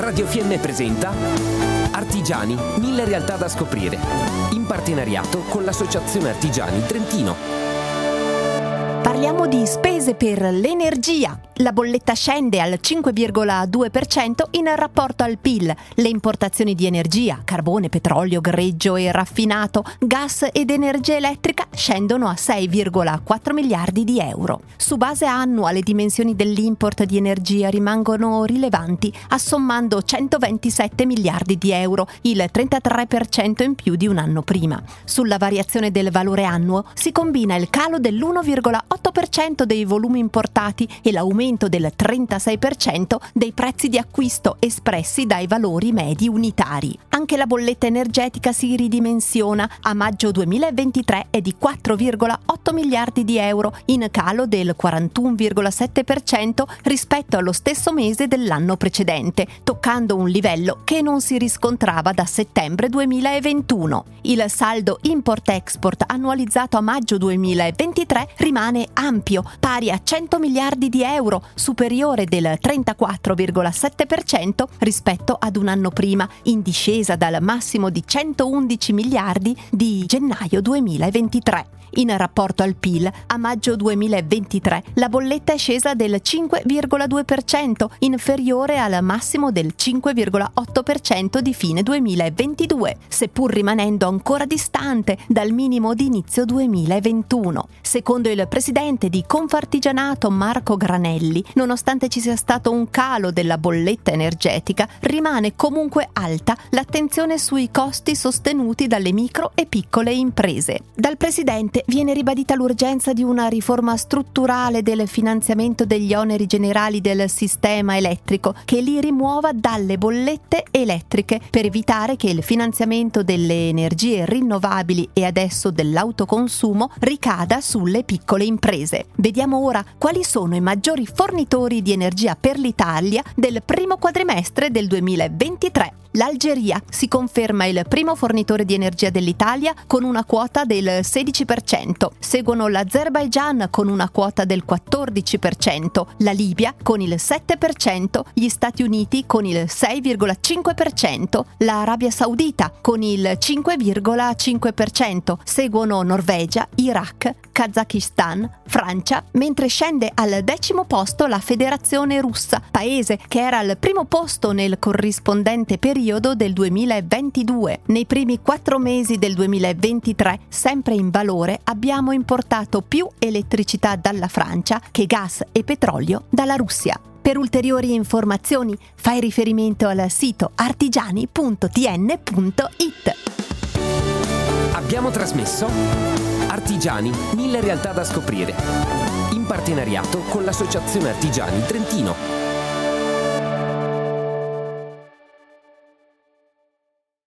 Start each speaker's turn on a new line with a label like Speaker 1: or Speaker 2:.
Speaker 1: Radio FM presenta Artigiani, 1000 realtà da scoprire, in partenariato con l'Associazione Artigiani Trentino.
Speaker 2: Parliamo di spese per l'energia. La bolletta scende al 5,2% in rapporto al PIL. Le importazioni di energia, carbone, petrolio, greggio e raffinato, gas ed energia elettrica scendono a 6,4 miliardi di euro. Su base annua le dimensioni dell'import di energia rimangono rilevanti, assommando 127 miliardi di euro, il 33% in più di un anno prima. Sulla variazione del valore annuo si combina il calo dell'1,8% dei volumi importati e l'aumento del 36% dei prezzi di acquisto espressi dai valori medi unitari. Anche la bolletta energetica si ridimensiona. A maggio 2023 è di 4,8 miliardi di euro, in calo del 41,7% rispetto allo stesso mese dell'anno precedente, toccando un livello che non si riscontrava da settembre 2021. Il saldo import-export annualizzato a maggio 2023 rimane ampio, pari a 100 miliardi di euro, superiore del 34,7% rispetto ad un anno prima, in discesa dal massimo di 111 miliardi di gennaio 2023. In rapporto al PIL, a maggio 2023 la bolletta è scesa del 5,2%, inferiore al massimo del 5,8% di fine 2022, seppur rimanendo ancora distante dal minimo di inizio 2021. Secondo il presidente di Confartigianato Marco Granelli, nonostante ci sia stato un calo della bolletta energetica, rimane comunque alta l'attenzione sui costi sostenuti dalle micro e piccole imprese. Dal presidente viene ribadita l'urgenza di una riforma strutturale del finanziamento degli oneri generali del sistema elettrico che li rimuova dalle bollette elettriche per evitare che il finanziamento delle energie rinnovabili e adesso dell'autoconsumo ricada sulle piccole imprese. Vediamo ora quali sono i maggiori fornitori di energia per l'Italia del primo quadrimestre del 2023. L'Algeria si conferma il primo fornitore di energia dell'Italia con una quota del 16%, seguono l'Azerbaigian con una quota del 14%, la Libia con il 7%, gli Stati Uniti con il 6,5%, l'Arabia Saudita con il 5,5%, seguono Norvegia, Iraq, Kazakistan, Francia, mentre scende al 10° posto la Federazione Russa, paese che era al primo posto nel corrispondente periodo del 2022. Nei primi 4 mesi del 2023, sempre in valore, abbiamo importato più elettricità dalla Francia che gas e petrolio dalla Russia. Per ulteriori informazioni fai riferimento al sito artigiani.tn.it.
Speaker 1: Abbiamo trasmesso Artigiani, 1000 realtà da scoprire, in partenariato con l'Associazione Artigiani Trentino.